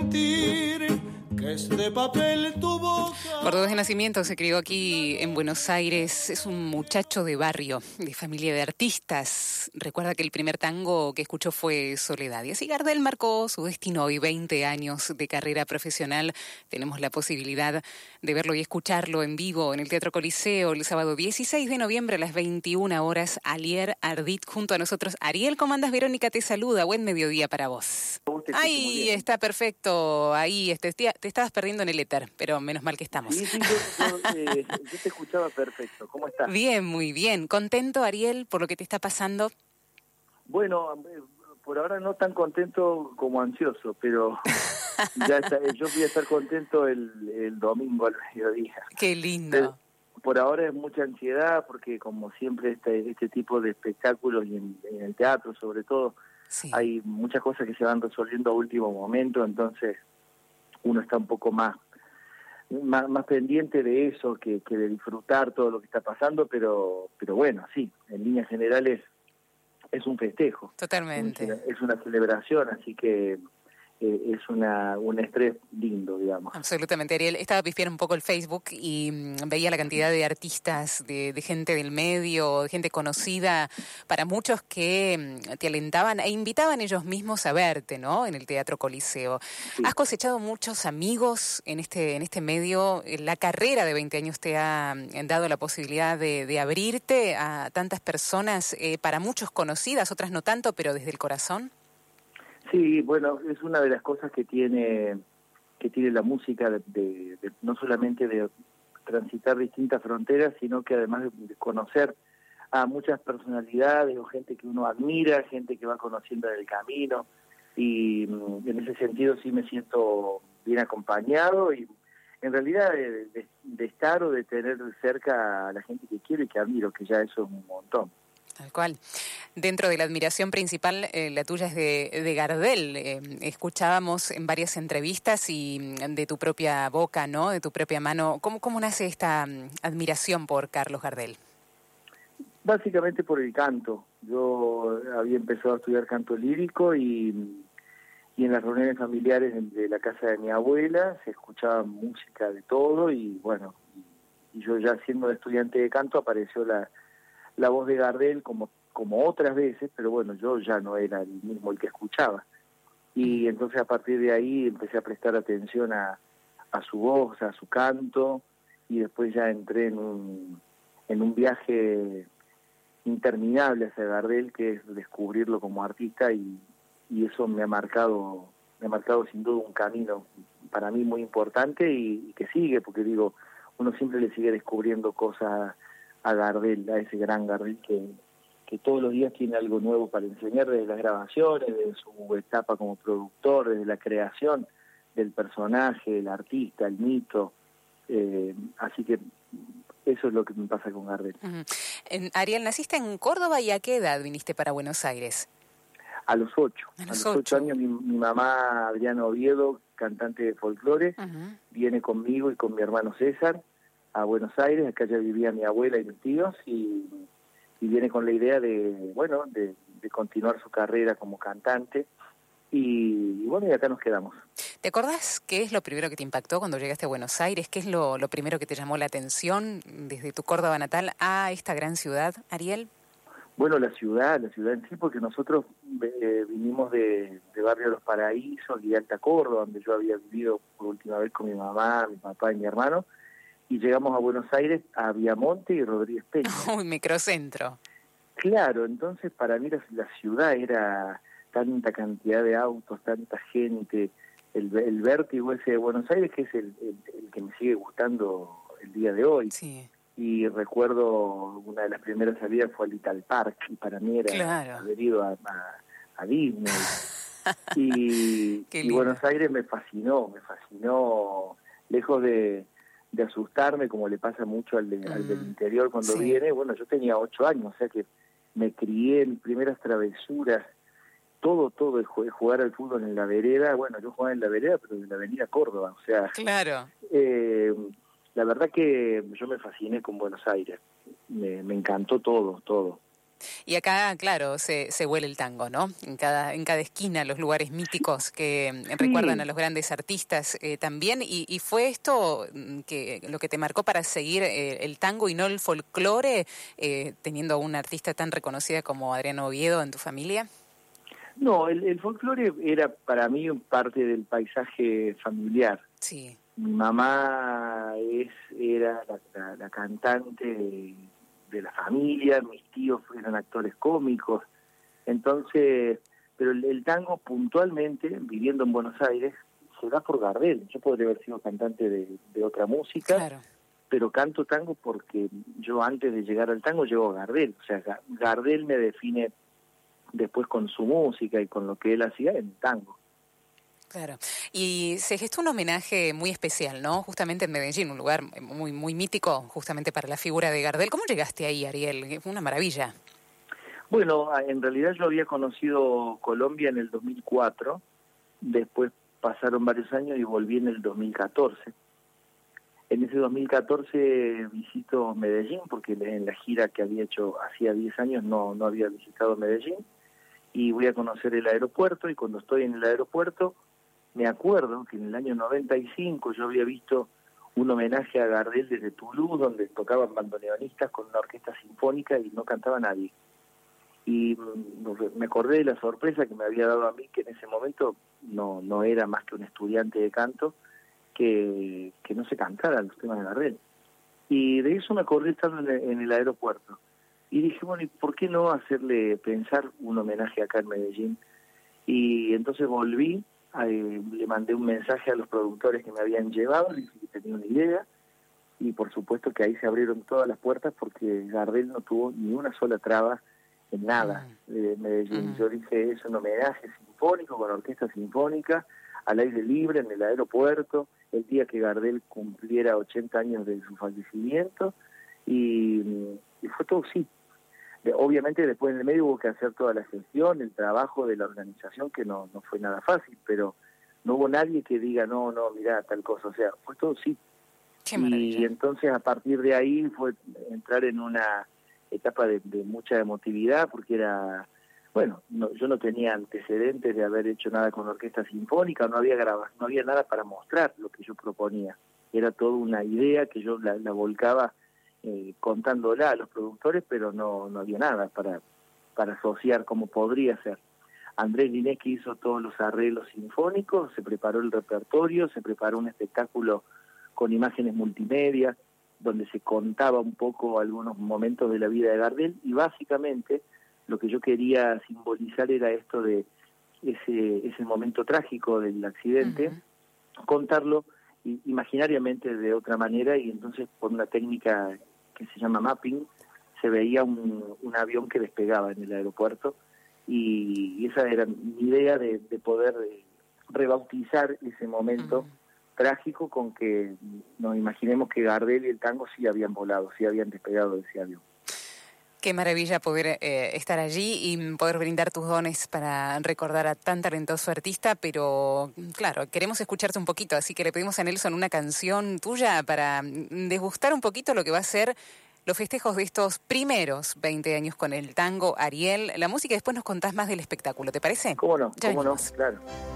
sentir que este papel tu boca. Cordobés de nacimiento, se crió aquí en Buenos Aires. Es un muchacho de barrio, de familia de artistas. Recuerda que el primer tango que escuchó fue Soledad. Y así Gardel marcó su destino hoy, 20 años de carrera profesional. Tenemos la posibilidad de verlo y escucharlo en vivo en el Teatro Coliseo el sábado 16 de noviembre a las 21 horas. Alier Ardit junto a nosotros. Ariel, ¿cómo andas? Verónica te saluda. Buen mediodía para vos. Ahí está perfecto. Ahí te estabas perdiendo en el éter, pero menos mal que estamos. Sí, yo te escuchaba perfecto. ¿Cómo estás? Bien, muy bien. ¿Contento, Ariel, por lo que te está pasando? Bueno, por ahora no tan contento como ansioso, pero ya está, yo voy a estar contento el domingo al mediodía. Qué lindo. Pero por ahora es mucha ansiedad porque como siempre este tipo de espectáculos y en el teatro sobre todo, sí, hay muchas cosas que se van resolviendo a último momento, entonces uno está un poco más pendiente de eso que de disfrutar todo lo que está pasando, pero bueno, sí, en líneas generales es un festejo. Totalmente. Es una celebración, así que es un estrés lindo, digamos. Absolutamente, Ariel. Estaba pispiando un poco el Facebook y veía la cantidad de artistas, de gente del medio, de gente conocida, para muchos que te alentaban e invitaban ellos mismos a verte, ¿no? En el Teatro Coliseo. Sí. Has cosechado muchos amigos en este medio. La carrera de 20 años te ha dado la posibilidad de abrirte a tantas personas, para muchos conocidas, otras no tanto, pero desde el corazón. Sí, bueno, es una de las cosas que tiene la música, de no solamente de transitar distintas fronteras, sino que además de conocer a muchas personalidades o gente que uno admira, gente que va conociendo en el camino, y en ese sentido sí me siento bien acompañado y en realidad de estar o de tener cerca a la gente que quiero y que admiro, que ya eso es un montón. Tal cual. Dentro de la admiración principal, la tuya es de Gardel. Escuchábamos en varias entrevistas y de tu propia boca, ¿no? De tu propia mano. ¿Cómo nace esta admiración por Carlos Gardel? Básicamente por el canto. Yo había empezado a estudiar canto lírico y en las reuniones familiares de la casa de mi abuela se escuchaba música de todo y bueno, y yo ya siendo estudiante de canto apareció la voz de Gardel como otras veces, pero bueno, yo ya no era el mismo el que escuchaba. Y entonces a partir de ahí empecé a prestar atención a su voz, a su canto, y después ya entré en un viaje interminable hacia Gardel, que es descubrirlo como artista, y eso me ha marcado sin duda un camino para mí muy importante y que sigue, porque digo, uno siempre le sigue descubriendo cosas a Gardel, a ese gran Gardel que todos los días tiene algo nuevo para enseñar, desde las grabaciones, desde su etapa como productor, desde la creación del personaje, el artista, el mito, así que eso es lo que me pasa con Gardel. Uh-huh. Ariel, ¿naciste en Córdoba y a qué edad viniste para Buenos Aires? A los 8. A los 8 años mi mamá, Adriana Oviedo, cantante de folclore, uh-huh, viene conmigo y con mi hermano César a Buenos Aires. Acá ya vivía mi abuela y mis tíos y viene con la idea de continuar su carrera como cantante y bueno, y acá nos quedamos. ¿Te acordás qué es lo primero que te impactó cuando llegaste a Buenos Aires? ¿Qué es lo primero que te llamó la atención desde tu Córdoba natal a esta gran ciudad, Ariel? Bueno, la ciudad en sí, porque nosotros vinimos de Barrio Los Paraísos y de Alta Córdoba, donde yo había vivido por última vez con mi mamá, mi papá y mi hermano, y llegamos a Buenos Aires, a Viamonte y Rodríguez Peña. Uy, microcentro. Claro, entonces para mí la ciudad era tanta cantidad de autos, tanta gente, el vértigo ese de Buenos Aires, que es el que me sigue gustando el día de hoy. Sí. Y recuerdo una de las primeras salidas fue al Little Park, y para mí era haber ido a Disney. y Buenos Aires me fascinó, lejos de asustarme, como le pasa mucho al del interior cuando viene. Bueno, yo tenía 8 años, o sea que me crié en primeras travesuras, todo el jugar al fútbol en la vereda. Bueno, yo jugaba en la vereda, pero en la avenida Córdoba, o sea... Claro. La verdad que yo me fasciné con Buenos Aires, me encantó todo. Y acá, claro, se huele el tango, ¿no? En cada esquina, los lugares míticos que recuerdan a los grandes artistas también. Y fue esto que lo que te marcó para seguir el tango y no el folclore, teniendo a una artista tan reconocida como Adriana Oviedo en tu familia. No, el folclore era para mí parte del paisaje familiar. Sí. Mi mamá era la cantante de la familia, mis tíos eran actores cómicos, entonces, pero el tango puntualmente, viviendo en Buenos Aires, se da por Gardel. Yo podría haber sido cantante de otra música, claro, pero canto tango porque yo antes de llegar al tango llego a Gardel, o sea, Gardel me define después con su música y con lo que él hacía en tango. Claro, y se gestó un homenaje muy especial, ¿no? Justamente en Medellín, un lugar muy muy mítico justamente para la figura de Gardel. ¿Cómo llegaste ahí, Ariel? Fue una maravilla. Bueno, en realidad yo había conocido Colombia en el 2004, después pasaron varios años y volví en el 2014. En ese 2014 visito Medellín, porque en la gira que había hecho hacía 10 años no había visitado Medellín, y voy a conocer el aeropuerto, y cuando estoy en el aeropuerto me acuerdo que en el año 95 yo había visto un homenaje a Gardel desde Toulouse, donde tocaban bandoneonistas con una orquesta sinfónica y no cantaba nadie. Y me acordé de la sorpresa que me había dado a mí, que en ese momento no era más que un estudiante de canto, que no se cantaran los temas de Gardel. Y de eso me acordé estando en el aeropuerto. Y dije, bueno, ¿y por qué no hacerle pensar un homenaje acá en Medellín? Y entonces volví, le mandé un mensaje a los productores que me habían llevado, le dije que tenía una idea, y por supuesto que ahí se abrieron todas las puertas porque Gardel no tuvo ni una sola traba en nada de Medellín. Yo dije, es un homenaje sinfónico con orquesta sinfónica, al aire libre, en el aeropuerto, el día que Gardel cumpliera 80 años de su fallecimiento, y fue todo sí. Obviamente después en el medio hubo que hacer toda la gestión, el trabajo de la organización, que no fue nada fácil, pero no hubo nadie que diga, no, mirá, tal cosa, o sea, fue todo sí. Qué maravilla. Y entonces a partir de ahí fue entrar en una etapa de mucha emotividad, porque era, bueno, yo no tenía antecedentes de haber hecho nada con orquesta sinfónica, no había nada para mostrar lo que yo proponía, era toda una idea que yo la volcaba contándola a los productores, pero no había nada para asociar como podría ser. Andrés Lineski hizo todos los arreglos sinfónicos, se preparó el repertorio, se preparó un espectáculo con imágenes multimedia, donde se contaba un poco algunos momentos de la vida de Gardel, y básicamente lo que yo quería simbolizar era esto de ese momento trágico del accidente, contarlo imaginariamente de otra manera, y entonces por una técnica que se llama mapping, se veía un avión que despegaba en el aeropuerto, y esa era mi idea de poder rebautizar ese momento trágico con que nos imaginemos que Gardel y el tango sí habían volado, sí habían despegado de ese avión. Qué maravilla poder estar allí y poder brindar tus dones para recordar a tan talentoso artista, pero claro, queremos escucharte un poquito, así que le pedimos a Nelson una canción tuya para degustar un poquito lo que va a ser los festejos de estos primeros 20 años con el tango, Ariel. La música, después nos contás más del espectáculo, ¿te parece? ¿Cómo no? Claro.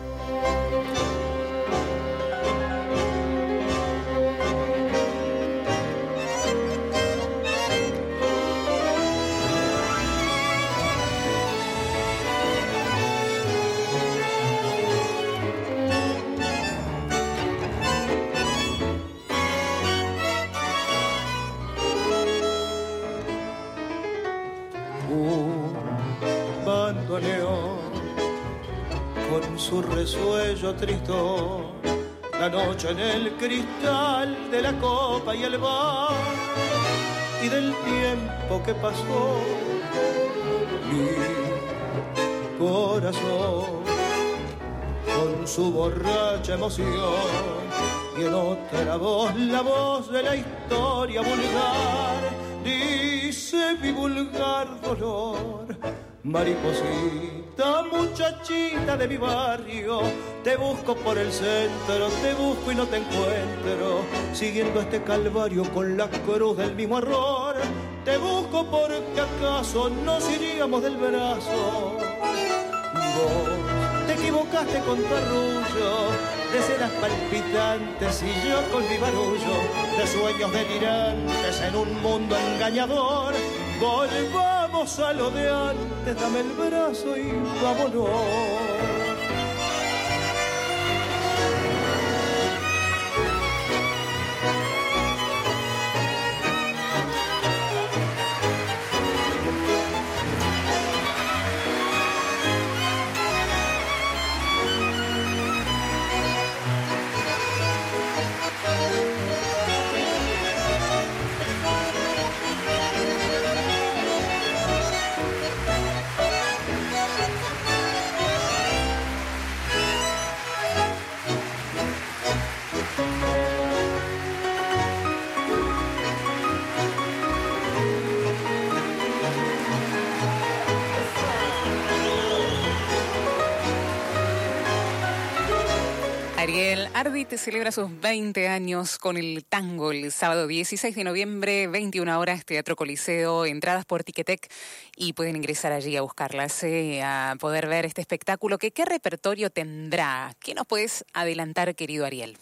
Bandoneón con su resuello tristón, la noche en el cristal de la copa y el bar, y del tiempo que pasó, mi corazón con su borracha emoción, y en otra voz, la voz de la historia vulgar, dice mi vulgar dolor: mariposita, muchachita de mi barrio, te busco por el centro, te busco y no te encuentro, siguiendo este calvario con la cruz del mismo error. te busco porque acaso nos iríamos del brazo. Vos te equivocaste con tu arrullo de cenas palpitantes y yo con mi barullo de sueños delirantes en un mundo engañador. Volvamos a lo de antes, dame el brazo y vámonos. Ariel Ardit celebra sus 20 años con el tango el sábado 16 de noviembre, 21 horas, Teatro Coliseo, entradas por Ticketek y pueden ingresar allí a buscarlas, a poder ver este espectáculo. ¿Qué repertorio tendrá? ¿Qué nos puedes adelantar, querido Ariel?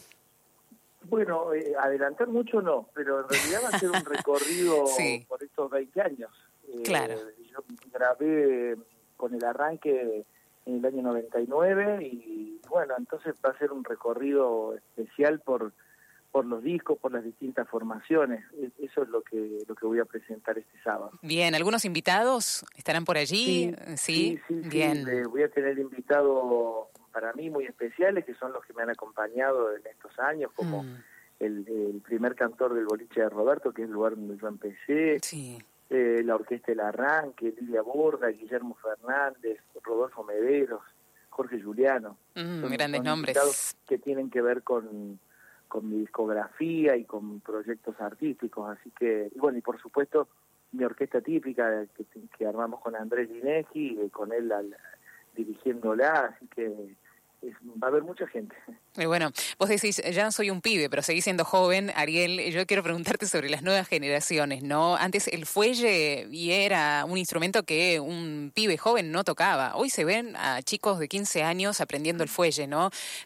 Bueno, adelantar mucho no, pero en realidad va a ser un recorrido sí. Por estos 20 años. Claro. Yo grabé con el arranque en el año 99 y bueno, entonces va a ser un recorrido especial por los discos, por las distintas formaciones. Eso es lo que voy a presentar este sábado. Bien, ¿algunos invitados estarán por allí? Sí. Bien. Voy a tener invitados para mí muy especiales, que son los que me han acompañado en estos años, como el primer cantor del boliche de Roberto, que es el lugar donde yo empecé. Sí. La Orquesta El Arranque, Lidia Borda, Guillermo Fernández, Rodolfo Mederos, Jorge Juliano. Grandes nombres. Que tienen que ver con mi discografía y con proyectos artísticos. Así que, y bueno, y por supuesto, mi orquesta típica que armamos con Andrés Linegi, con él dirigiéndola, así que va a haber mucha gente. Bueno, vos decís, ya no soy un pibe, pero seguís siendo joven, Ariel. Yo quiero preguntarte sobre las nuevas generaciones, ¿no? Antes el fuelle y era un instrumento que un pibe joven no tocaba. Hoy se ven a chicos de 15 años aprendiendo el fuelle, ¿no?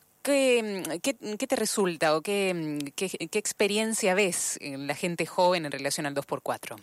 ¿Qué te resulta o qué experiencia ves en la gente joven en relación al 2x4?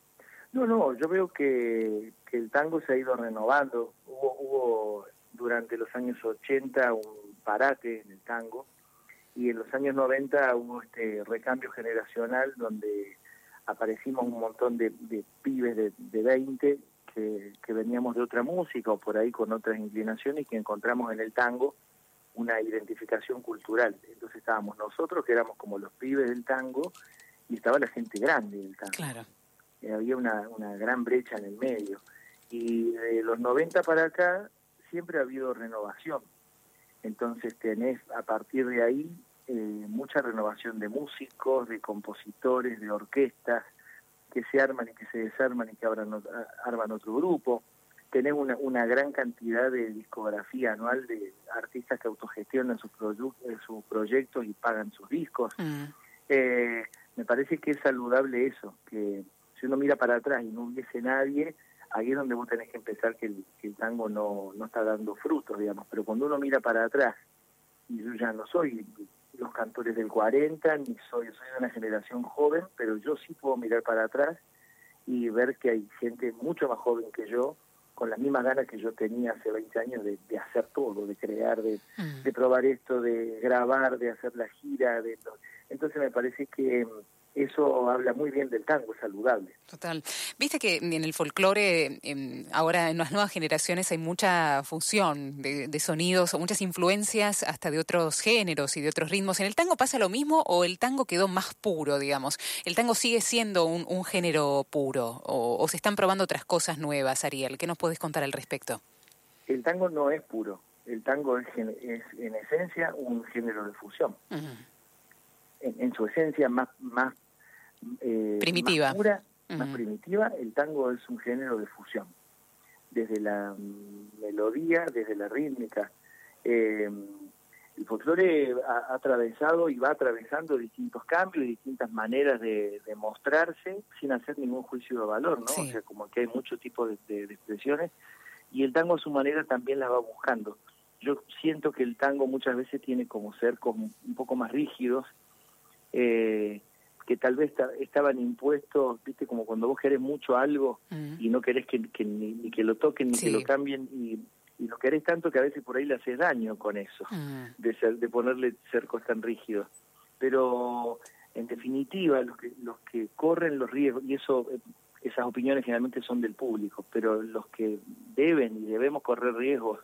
No, yo veo que el tango se ha ido renovando. Hubo durante los años 80 un parate en el tango y en los años 90 hubo este recambio generacional donde aparecimos un montón de pibes de 20 que veníamos de otra música o por ahí con otras inclinaciones y que encontramos en el tango una identificación cultural. Entonces estábamos nosotros, que éramos como los pibes del tango, y estaba la gente grande del tango. Claro. Había una gran brecha en el medio. Y de los 90 para acá siempre ha habido renovación. Entonces tenés a partir de ahí mucha renovación de músicos, de compositores, de orquestas, que se arman y que se desarman y que arman otro grupo. Tenés una gran cantidad de discografía anual de artistas que autogestionan sus proyectos y pagan sus discos. Me parece que es saludable eso, que si uno mira para atrás y no hubiese nadie, ahí es donde vos tenés que empezar que el tango no está dando frutos, digamos. Pero cuando uno mira para atrás, y yo ya no soy los cantores del 40, ni soy de una generación joven, pero yo sí puedo mirar para atrás y ver que hay gente mucho más joven que yo, con las mismas ganas que yo tenía hace 20 años de hacer todo, de crear, de probar esto, de grabar, de hacer la gira. Entonces me parece que eso habla muy bien del tango, es saludable. Total. Viste que en el folclore, ahora en las nuevas generaciones hay mucha fusión de sonidos o muchas influencias hasta de otros géneros y de otros ritmos. ¿En el tango pasa lo mismo o el tango quedó más puro, digamos? ¿El tango sigue siendo un género puro o se están probando otras cosas nuevas, Ariel? ¿Qué nos puedes contar al respecto? El tango no es puro. El tango es en esencia un género de fusión. En su esencia más primitiva. Más pura, más primitiva, el tango es un género de fusión. Desde la melodía, desde la rítmica. El folclore ha atravesado y va atravesando distintos cambios y distintas maneras de mostrarse sin hacer ningún juicio de valor, ¿no? Sí. O sea, como que hay muchos tipos de expresiones y el tango a su manera también las va buscando. Yo siento que el tango muchas veces tiene como como un poco más rígidos, que tal vez estaban impuestos, viste, como cuando vos querés mucho algo y no querés que ni que lo toquen ni Sí. que lo cambien y lo querés tanto que a veces por ahí le haces daño con eso, de ponerle cercos tan rígidos. Pero en definitiva los que corren los riesgos, y esas opiniones generalmente son del público, pero los que deben y debemos correr riesgos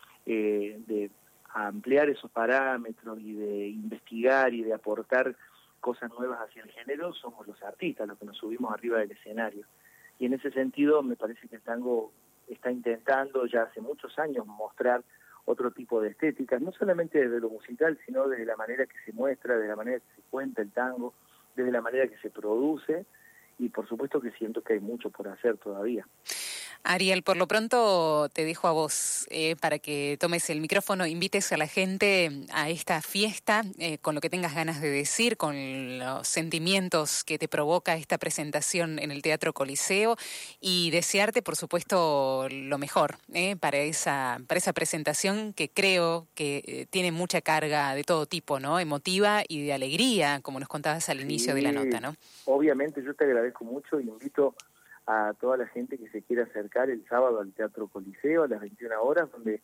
de ampliar esos parámetros y de investigar y de aportar cosas nuevas hacia el género somos los artistas, los que nos subimos arriba del escenario. Y en ese sentido me parece que el tango está intentando ya hace muchos años mostrar otro tipo de estética, no solamente desde lo musical, sino desde la manera que se muestra, desde la manera que se cuenta el tango, desde la manera que se produce, y por supuesto que siento que hay mucho por hacer todavía. Ariel, por lo pronto te dejo a vos para que tomes el micrófono, invites a la gente a esta fiesta con lo que tengas ganas de decir, con los sentimientos que te provoca esta presentación en el Teatro Coliseo y desearte, por supuesto, lo mejor para esa presentación que creo que tiene mucha carga de todo tipo, ¿no? Emotiva y de alegría, como nos contabas al inicio de la nota, ¿no? Obviamente yo te agradezco mucho y invito a toda la gente que se quiera acercar el sábado al Teatro Coliseo a las 21 horas, donde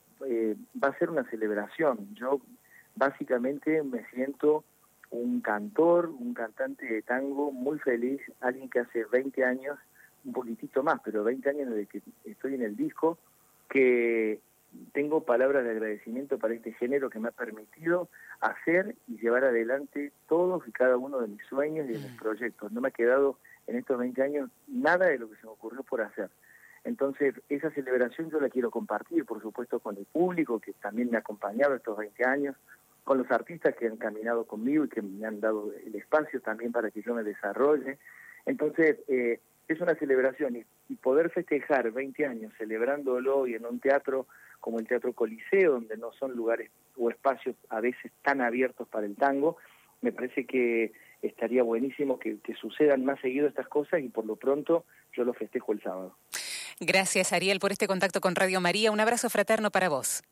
va a ser una celebración. Yo básicamente me siento un cantor, un cantante de tango muy feliz, alguien que hace 20 años, un poquitito más, pero 20 años desde que estoy en el disco, que tengo palabras de agradecimiento para este género que me ha permitido hacer y llevar adelante todos y cada uno de mis sueños y de mis proyectos. No me ha quedado en estos 20 años nada de lo que se me ocurrió por hacer. Entonces, esa celebración yo la quiero compartir, por supuesto, con el público, que también me ha acompañado estos 20 años, con los artistas que han caminado conmigo y que me han dado el espacio también para que yo me desarrolle. Entonces, es una celebración y poder festejar 20 años celebrándolo y en un teatro como el Teatro Coliseo, donde no son lugares o espacios a veces tan abiertos para el tango, me parece que estaría buenísimo que sucedan más seguido estas cosas y por lo pronto yo lo festejo el sábado. Gracias, Ariel, por este contacto con Radio María. Un abrazo fraterno para vos.